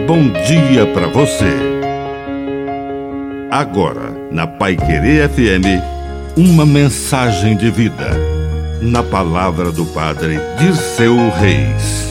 bom dia para você. Agora, na Paiquerê FM, uma mensagem de vida. Na palavra do Padre Dirceu Reis.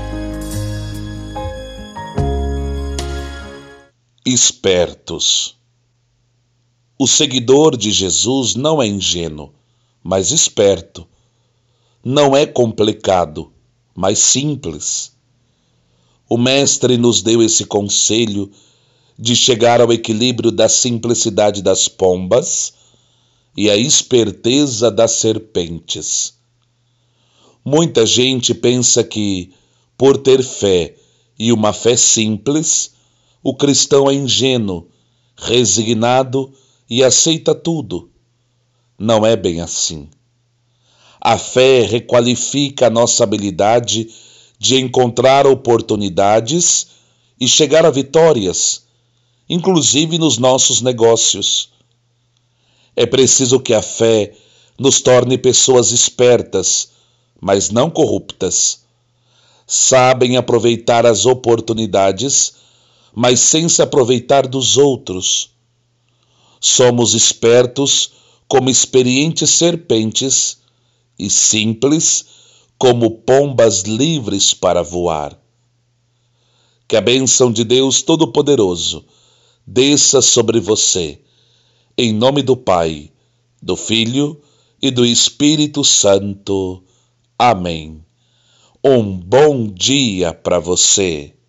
Espertos. O seguidor de Jesus não é ingênuo, mas esperto. Não é complicado, mas simples. O Mestre nos deu esse conselho de chegar ao equilíbrio da simplicidade das pombas e a esperteza das serpentes. Muita gente pensa que, por ter fé e uma fé simples, o cristão é ingênuo, resignado e aceita tudo. Não é bem assim. A fé requalifica a nossa habilidade de encontrar oportunidades e chegar a vitórias, inclusive nos nossos negócios. É preciso que a fé nos torne pessoas espertas, mas não corruptas. Sabem aproveitar as oportunidades, mas sem se aproveitar dos outros. Somos espertos como experientes serpentes e simples como pombas livres para voar. Que a bênção de Deus Todo-Poderoso desça sobre você, em nome do Pai, do Filho e do Espírito Santo. Amém. Um bom dia para você.